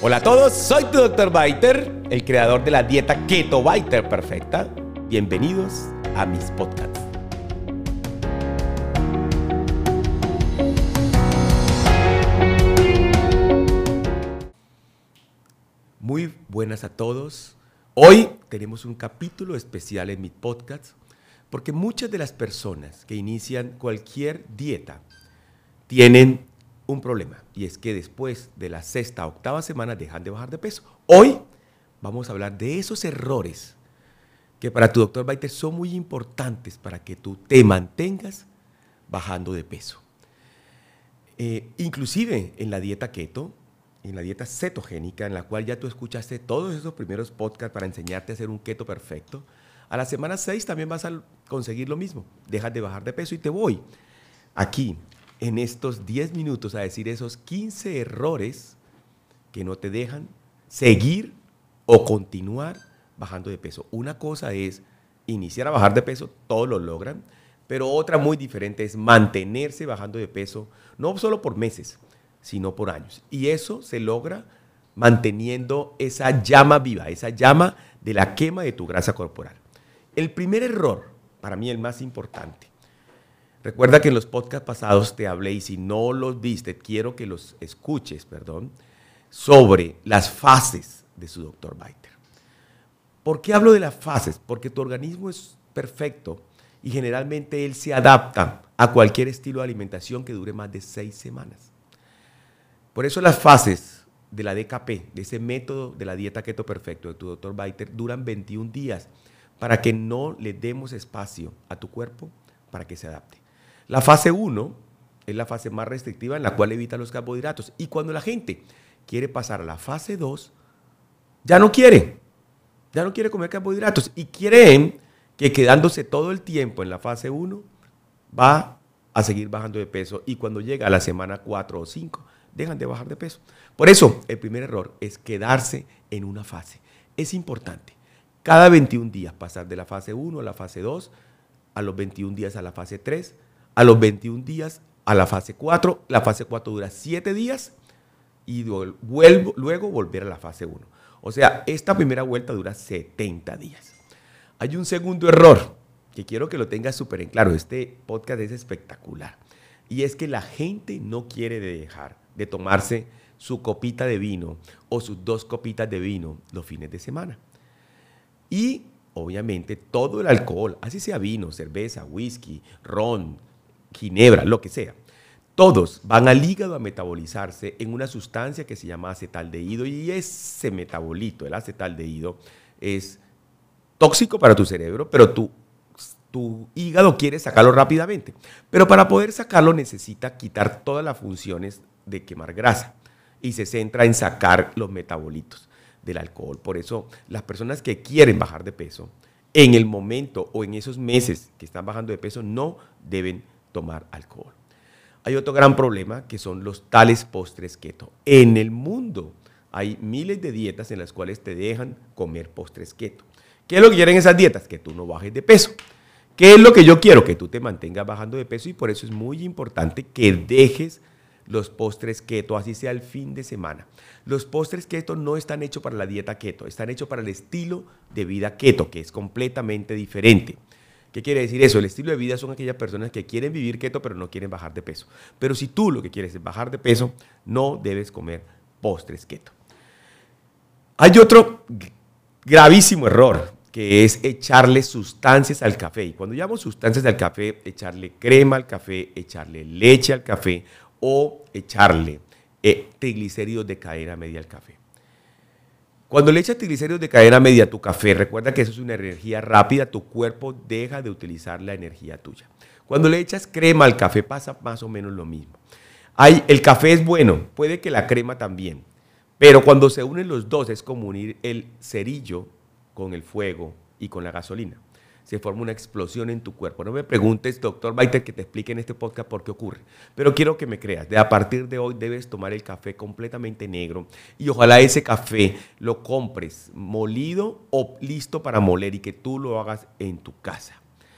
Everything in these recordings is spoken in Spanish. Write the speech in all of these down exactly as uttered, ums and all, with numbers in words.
Hola a todos, soy tu doctor Biter, el creador de la dieta Keto Biter Perfecta. Bienvenidos a mis podcasts. Muy buenas a todos. Hoy tenemos un capítulo especial en mis podcasts porque muchas de las personas que inician cualquier dieta tienen un problema, y es que después de la sexta, octava semana dejan de bajar de peso. Hoy vamos a hablar de esos errores que para tu doctor Biter son muy importantes para que tú te mantengas bajando de peso. Eh, inclusive en la dieta keto, en la dieta cetogénica, en la cual ya tú escuchaste todos esos primeros podcasts para enseñarte a hacer un keto perfecto, a la semana seis también vas a conseguir lo mismo. Dejas de bajar de peso y te voy aquí en estos diez minutos a decir esos quince errores que no te dejan seguir o continuar bajando de peso. Una cosa es iniciar a bajar de peso, todos lo logran, pero otra muy diferente es mantenerse bajando de peso, no solo por meses, sino por años. Y eso se logra manteniendo esa llama viva, esa llama de la quema de tu grasa corporal. El primer error, para mí el más importante, recuerda que en los podcasts pasados te hablé, y si no los viste, quiero que los escuches, perdón, sobre las fases de su doctor Biter. ¿Por qué hablo de las fases? Porque tu organismo es perfecto y generalmente él se adapta a cualquier estilo de alimentación que dure más de seis semanas. Por eso las fases de la D K P, de ese método de la dieta keto perfecto de tu doctor Biter, duran veintiún días para que no le demos espacio a tu cuerpo para que se adapte. La fase uno es la fase más restrictiva en la cual evita los carbohidratos. Y cuando la gente quiere pasar a la fase dos, ya no quiere. Ya no quiere comer carbohidratos. Y creen que quedándose todo el tiempo en la fase uno va a seguir bajando de peso. Y cuando llega a la semana cuatro o cinco, dejan de bajar de peso. Por eso, el primer error es quedarse en una fase. Es importante. Cada veintiún días pasar de la fase uno a la fase dos, a los veintiún días a la fase tres, a los veintiún días a la fase cuatro, la fase cuatro dura siete días y vuelvo, luego volver a la fase uno. O sea, esta primera vuelta dura setenta días. Hay un segundo error que quiero que lo tengas súper en claro. Este podcast es espectacular. Y es que la gente no quiere dejar de tomarse su copita de vino o sus dos copitas de vino los fines de semana. Y obviamente todo el alcohol, así sea vino, cerveza, whisky, ron, ginebra, lo que sea, todos van al hígado a metabolizarse en una sustancia que se llama acetaldehído, y ese metabolito, el acetaldehído, es tóxico para tu cerebro, pero tu, tu hígado quiere sacarlo rápidamente. Pero para poder sacarlo necesita quitar todas las funciones de quemar grasa y se centra en sacar los metabolitos del alcohol. Por eso las personas que quieren bajar de peso, en el momento o en esos meses que están bajando de peso, no deben tomar alcohol. Hay otro gran problema que son los tales postres keto. En el mundo hay miles de dietas en las cuales te dejan comer postres keto. ¿Qué es lo que quieren esas dietas? Que tú no bajes de peso. ¿Qué es lo que yo quiero? Que tú te mantengas bajando de peso, y por eso es muy importante que dejes los postres keto, así sea el fin de semana. Los postres keto no están hechos para la dieta keto, están hechos para el estilo de vida keto, que es completamente diferente. ¿Qué quiere decir eso? El estilo de vida son aquellas personas que quieren vivir keto pero no quieren bajar de peso. Pero si tú lo que quieres es bajar de peso, no debes comer postres keto. Hay otro gravísimo error, que es echarle sustancias al café. Y cuando llamo sustancias al café, echarle crema al café, echarle leche al café o echarle eh, triglicéridos de cadena media al café. Cuando le echas triglicéridos de cadena media a tu café, recuerda que eso es una energía rápida, tu cuerpo deja de utilizar la energía tuya. Cuando le echas crema al café pasa más o menos lo mismo. Hay, el café es bueno, puede que la crema también, pero cuando se unen los dos es como unir el cerillo con el fuego y con la gasolina. Se forma una explosión en tu cuerpo. No me preguntes, doctor Biter, que te explique en este podcast por qué ocurre. Pero quiero que me creas. De a partir de hoy debes tomar el café completamente negro. Y ojalá ese café lo compres molido o listo para moler y que tú lo hagas en tu casa.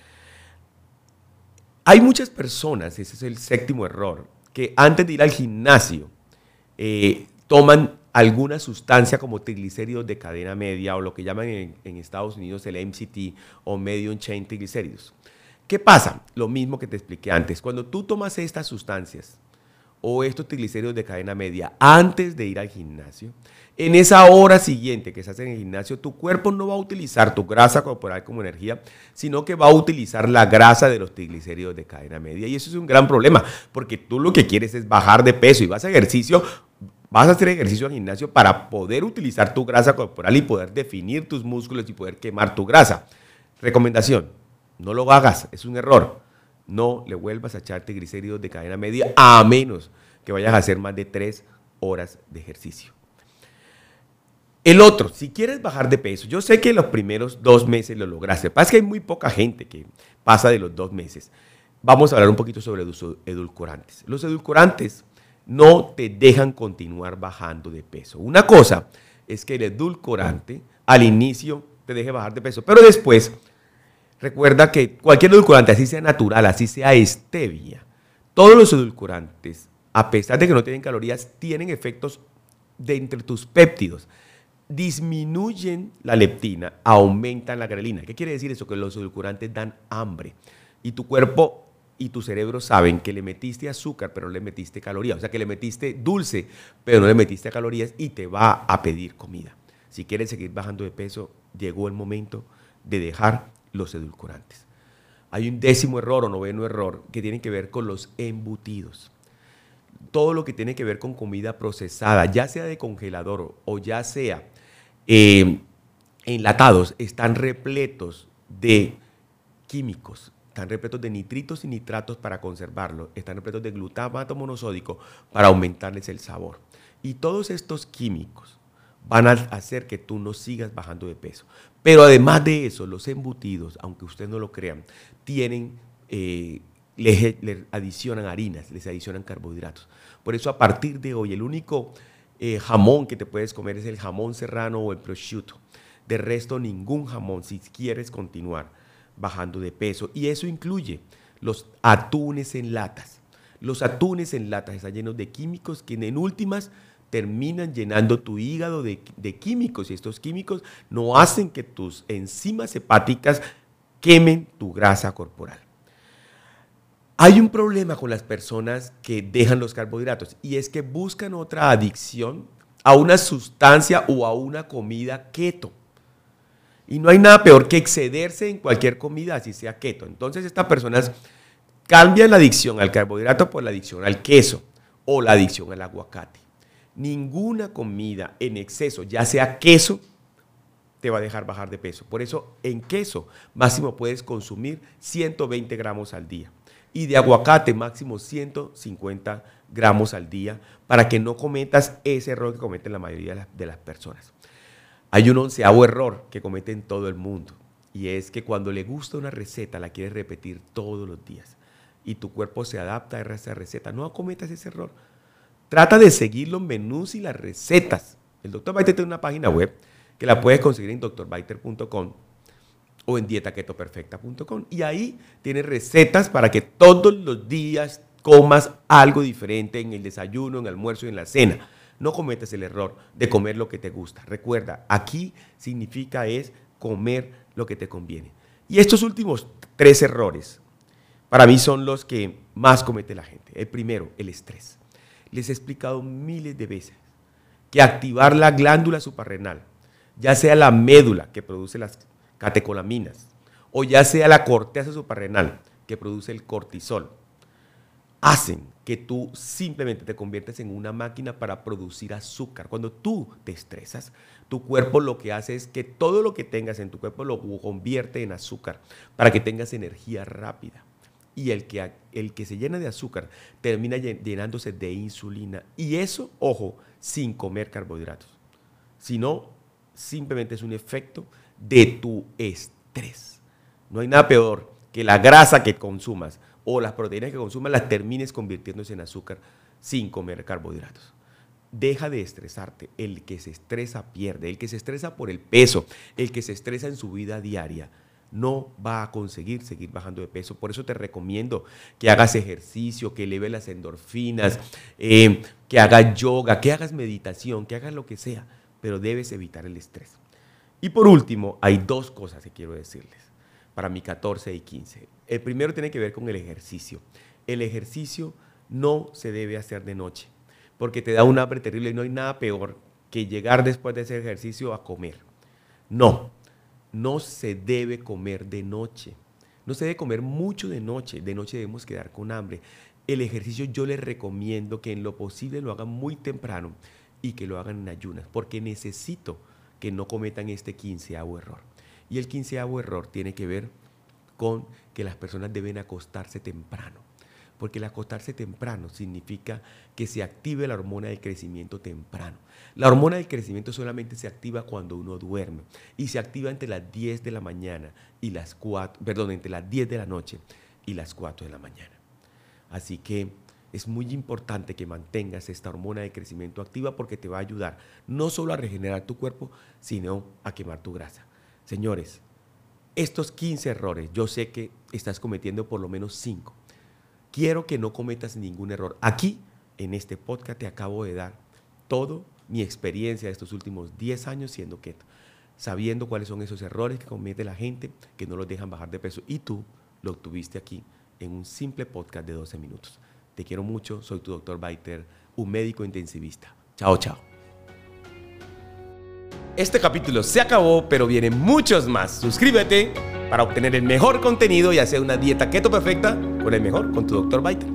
Hay muchas personas, ese es el séptimo error, que antes de ir al gimnasio eh, toman alguna sustancia como triglicéridos de cadena media o lo que llaman en, en Estados Unidos el M C T o Medium Chain Triglycerides. ¿Qué pasa? Lo mismo que te expliqué antes. Cuando tú tomas estas sustancias o estos triglicéridos de cadena media antes de ir al gimnasio, en esa hora siguiente que estás en el gimnasio, tu cuerpo no va a utilizar tu grasa corporal como energía, sino que va a utilizar la grasa de los triglicéridos de cadena media. Y eso es un gran problema, porque tú lo que quieres es bajar de peso y vas a ejercicio, vas a hacer ejercicio al gimnasio para poder utilizar tu grasa corporal y poder definir tus músculos y poder quemar tu grasa. Recomendación, no lo hagas, es un error. No le vuelvas a echar triglicéridos de cadena media a menos que vayas a hacer más de tres horas de ejercicio. El otro, si quieres bajar de peso, yo sé que los primeros dos meses lo lograste, pasa que hay muy poca gente que pasa de los dos meses. Vamos a hablar un poquito sobre los edulcorantes. Los edulcorantes no te dejan continuar bajando de peso. Una cosa es que el edulcorante al inicio te deje bajar de peso, pero después recuerda que cualquier edulcorante, así sea natural, así sea stevia, todos los edulcorantes, a pesar de que no tienen calorías, tienen efectos de entre tus péptidos. Disminuyen la leptina, aumentan la grelina. ¿Qué quiere decir eso? Que los edulcorantes dan hambre y tu cuerpo y tu cerebro saben que le metiste azúcar pero no le metiste calorías, o sea que le metiste dulce pero no le metiste calorías y te va a pedir comida. Si quieres seguir bajando de peso, llegó el momento de dejar los edulcorantes. Hay un décimo error o noveno error que tiene que ver con los embutidos. Todo lo que tiene que ver con comida procesada, ya sea de congelador o ya sea eh, enlatados, están repletos de químicos, están repletos de nitritos y nitratos para conservarlo, están repletos de glutamato monosódico para aumentarles el sabor. Y todos estos químicos van a hacer que tú no sigas bajando de peso. Pero además de eso, los embutidos, aunque ustedes no lo crean, tienen, eh, les, les adicionan harinas, les adicionan carbohidratos. Por eso a partir de hoy el único eh, jamón que te puedes comer es el jamón serrano o el prosciutto. De resto ningún jamón si quieres continuar bajando de peso. Y eso incluye los atunes en latas. Los atunes en latas están llenos de químicos que en últimas terminan llenando tu hígado de, de químicos y estos químicos no hacen que tus enzimas hepáticas quemen tu grasa corporal. Hay un problema con las personas que dejan los carbohidratos y es que buscan otra adicción a una sustancia o a una comida keto. Y no hay nada peor que excederse en cualquier comida, así sea keto. Entonces estas personas cambian la adicción al carbohidrato por la adicción al queso o la adicción al aguacate. Ninguna comida en exceso, ya sea queso, te va a dejar bajar de peso. Por eso en queso máximo puedes consumir ciento veinte gramos al día y de aguacate máximo ciento cincuenta gramos al día para que no cometas ese error que cometen la mayoría de las, de las personas. Hay un onceavo error que cometen todo el mundo y es que cuando le gusta una receta la quieres repetir todos los días y tu cuerpo se adapta a esa receta. No cometas ese error. Trata de seguir los menús y las recetas. El doctor Biter tiene una página web que la puedes conseguir en doctor biter punto com o en dieta keto perfecta punto com y ahí tiene recetas para que todos los días comas algo diferente en el desayuno, en el almuerzo y en la cena. No cometas el error de comer lo que te gusta. Recuerda, aquí significa es comer lo que te conviene. Y estos últimos tres errores para mí son los que más comete la gente. El primero, el estrés. Les he explicado miles de veces que activar la glándula suprarrenal, ya sea la médula que produce las catecolaminas o ya sea la corteza suprarrenal que produce el cortisol, hacen que tú simplemente te conviertes en una máquina para producir azúcar. Cuando tú te estresas, tu cuerpo lo que hace es que todo lo que tengas en tu cuerpo lo convierte en azúcar para que tengas energía rápida. Y el que, el que se llena de azúcar termina llenándose de insulina. Y eso, ojo, sin comer carbohidratos. Sino, simplemente es un efecto de tu estrés. No hay nada peor que la grasa que consumas o las proteínas que consumas las termines convirtiéndose en azúcar sin comer carbohidratos. Deja de estresarte. El que se estresa pierde. El que se estresa por el peso, el que se estresa en su vida diaria, no va a conseguir seguir bajando de peso. Por eso te recomiendo que hagas ejercicio, que eleves las endorfinas, eh, que hagas yoga, que hagas meditación, que hagas lo que sea, pero debes evitar el estrés. Y por último, hay dos cosas que quiero decirles para mi catorce y quince. El primero tiene que ver con el ejercicio. El ejercicio no se debe hacer de noche, porque te da un hambre terrible y no hay nada peor que llegar después de ese ejercicio a comer. No, no se debe comer de noche. No se debe comer mucho de noche. De noche debemos quedar con hambre. El ejercicio yo les recomiendo que en lo posible lo hagan muy temprano y que lo hagan en ayunas, porque necesito que no cometan este quinceavo error. Y el quinceavo error tiene que ver con que las personas deben acostarse temprano. Porque el acostarse temprano significa que se active la hormona del crecimiento temprano. La hormona del crecimiento solamente se activa cuando uno duerme y se activa entre las diez de la mañana y las cuatro, perdón, entre las diez de la noche y las cuatro de la mañana. Así que es muy importante que mantengas esta hormona de crecimiento activa porque te va a ayudar no solo a regenerar tu cuerpo, sino a quemar tu grasa. Señores, estos quince errores, yo sé que estás cometiendo por lo menos cinco. Quiero que no cometas ningún error. Aquí, en este podcast, te acabo de dar toda mi experiencia de estos últimos diez años siendo keto, sabiendo cuáles son esos errores que comete la gente que no los dejan bajar de peso. Y tú lo obtuviste aquí en un simple podcast de doce minutos. Te quiero mucho, soy tu doctor Baiter, un médico intensivista. Chao, chao. Este capítulo se acabó, pero vienen muchos más. Suscríbete para obtener el mejor contenido y hacer una dieta keto perfecta con el mejor, con tu doctor Baiter.